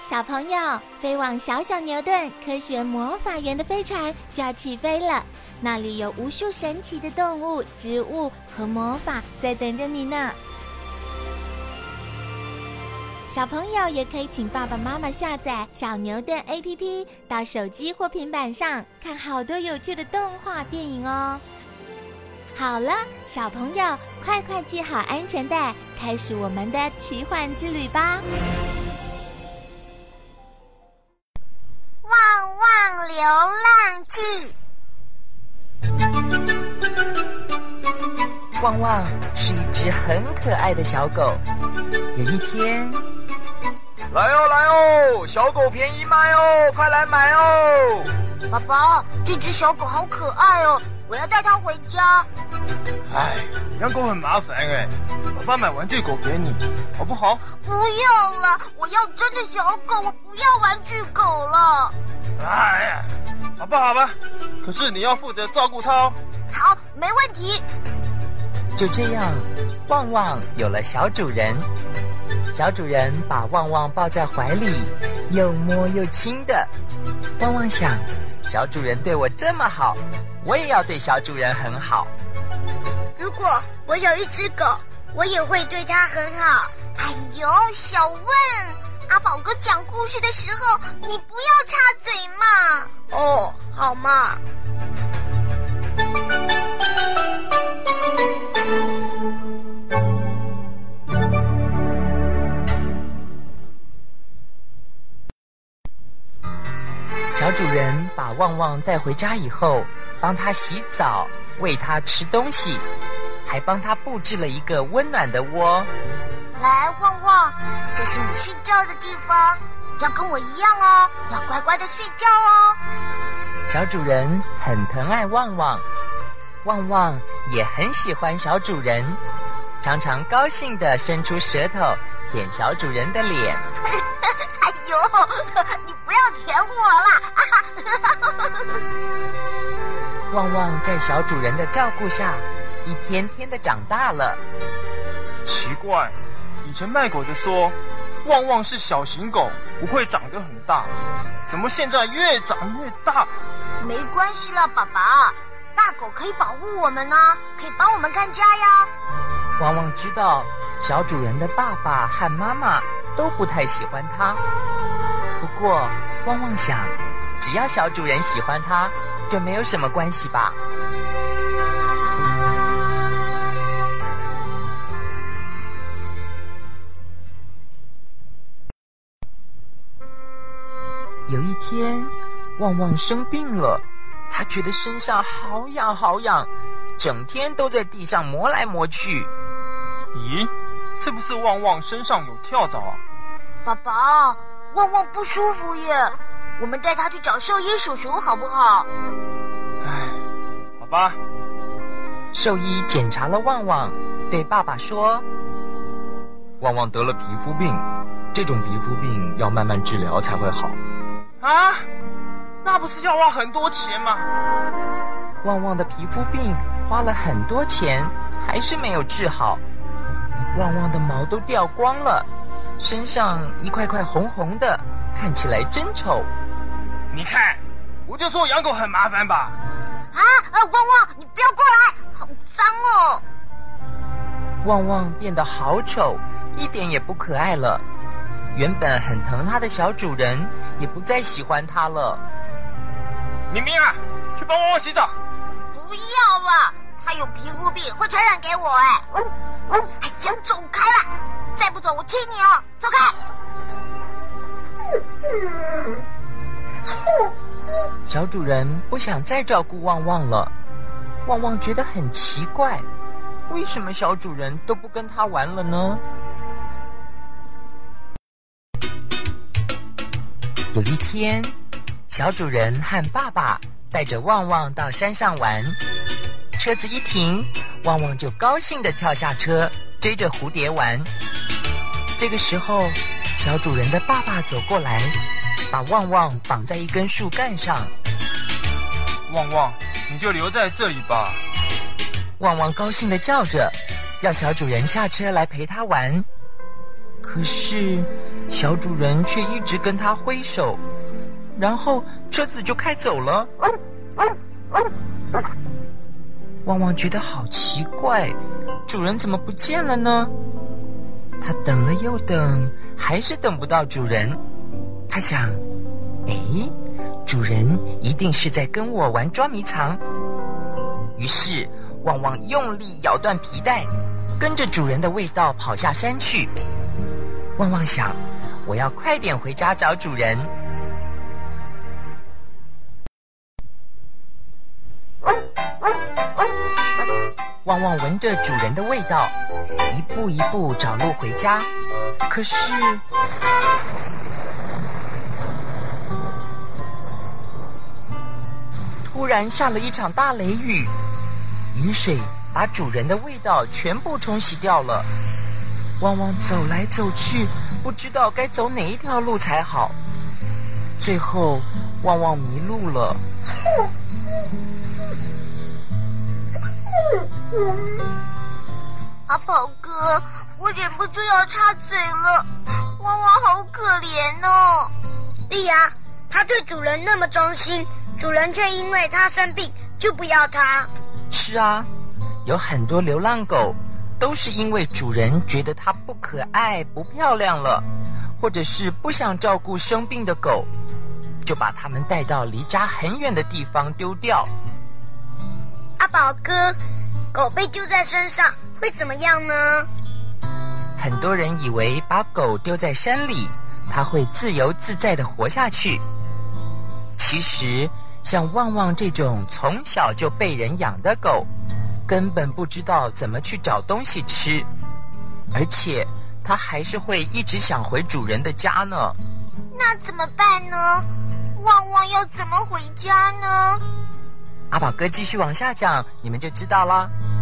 小朋友，飞往小小牛顿科学魔法园的飞船就要起飞了，那里有无数神奇的动物、植物和魔法在等着你呢。小朋友也可以请爸爸妈妈下载小牛顿 APP， 到手机或平板上看好多有趣的动画电影哦。好了，小朋友，快快系好安全带，开始我们的奇幻之旅吧！ 旺旺流浪记。 旺旺是一只很可爱的小狗。有一天， 来哦来哦，小狗便宜卖哦，快来买哦！ 爸爸，这只小狗好可爱哦，我要带它回家。 哎，养狗很麻烦哎，爸爸买玩具狗给你，好不好？ 不要了，我要真的小狗，我不要玩具狗了。 哎呀，好吧好吧，可是你要负责照顾它哦。 好，没问题。 就这样，旺旺有了小主人。小主人把旺旺抱在怀里，又摸又亲的。旺旺想，小主人对我这么好，我也要对小主人很好。 如果我有一只狗，我也会对它很好。哎呦，小问，阿宝哥讲故事的时候，你不要插嘴嘛。哦，好嘛。 小主人把旺旺带回家以后，帮他洗澡，喂他吃东西，还帮他布置了一个温暖的窝。 来，旺旺，这是你睡觉的地方，要跟我一样哦，要乖乖的睡觉哦。 小主人很疼爱旺旺，旺旺也很喜欢小主人，常常高兴地伸出舌头舔小主人的脸。 哎呦，你不要舔我啦！ 旺旺在小主人的照顾下，一天天的长大了。 奇怪，以前卖狗的说，旺旺是小型狗，不会长得很大，怎么现在越长越大？ 没关系了，爸爸，大狗可以保护我们呢，可以帮我们看家呀。 旺旺知道，小主人的爸爸和妈妈都不太喜欢它。不过，旺旺想，只要小主人喜欢它，就没有什么关系吧。有一天，旺旺生病了，他觉得身上好痒好痒，整天都在地上磨来磨去。 咦，是不是旺旺身上有跳蚤啊？ 爸爸，旺旺不舒服耶，我们带他去找兽医叔叔好不好？ 哎，好吧。 兽医检查了旺旺，对爸爸说： 旺旺得了皮肤病，这种皮肤病要慢慢治疗才会好。 啊，那不是要花很多钱吗？ 旺旺的皮肤病花了很多钱，还是没有治好。旺旺的毛都掉光了，身上一块块红红的，看起来真丑。 你看，我就说养狗很麻烦吧。 旺旺，你不要过来，好脏哦。 旺旺变得好丑，一点也不可爱了。原本很疼它的小主人也不再喜欢它了。 明明啊，去帮旺旺洗澡。 不要吧，它有皮肤病，会传染给我哎。哎呀，走开了！再不走我踢你哦！走开！ 小主人不想再照顾旺旺了。旺旺觉得很奇怪，为什么小主人都不跟他玩了呢？有一天，小主人和爸爸带着旺旺到山上玩，车子一停，旺旺就高兴地跳下车，追着蝴蝶玩。这个时候，小主人的爸爸走过来，把旺旺绑在一根树干上。 旺旺，你就留在这里吧。 旺旺高兴地叫着，要小主人下车来陪他玩。可是小主人却一直跟他挥手，然后车子就开走了。旺旺觉得好奇怪，主人怎么不见了呢？他等了又等，还是等不到主人。他想，主人一定是在跟我玩捉迷藏。于是旺旺用力咬断皮带，跟着主人的味道跑下山去。旺旺想，我要快点回家找主人。旺旺闻着主人的味道，一步一步找路回家。可是突然下了一场大雷雨，雨水把主人的味道全部冲洗掉了。旺旺走来走去，不知道该走哪一条路才好。最后旺旺迷路了。 阿宝哥，我忍不住要插嘴了，旺旺好可怜哦。莉亚，它对主人那么忠心，主人却因为它生病就不要它。 是啊，有很多流浪狗都是因为主人觉得它不可爱不漂亮了，或者是不想照顾生病的狗，就把它们带到离家很远的地方丢掉。 阿宝哥，狗被丢在山上会怎么样呢？ 很多人以为把狗丢在山里，它会自由自在地活下去。其实像旺旺这种从小就被人养的狗，根本不知道怎么去找东西吃，而且它还是会一直想回主人的家呢。 那怎么办呢？旺旺要怎么回家呢？ 阿宝哥继续往下讲，你们就知道啦。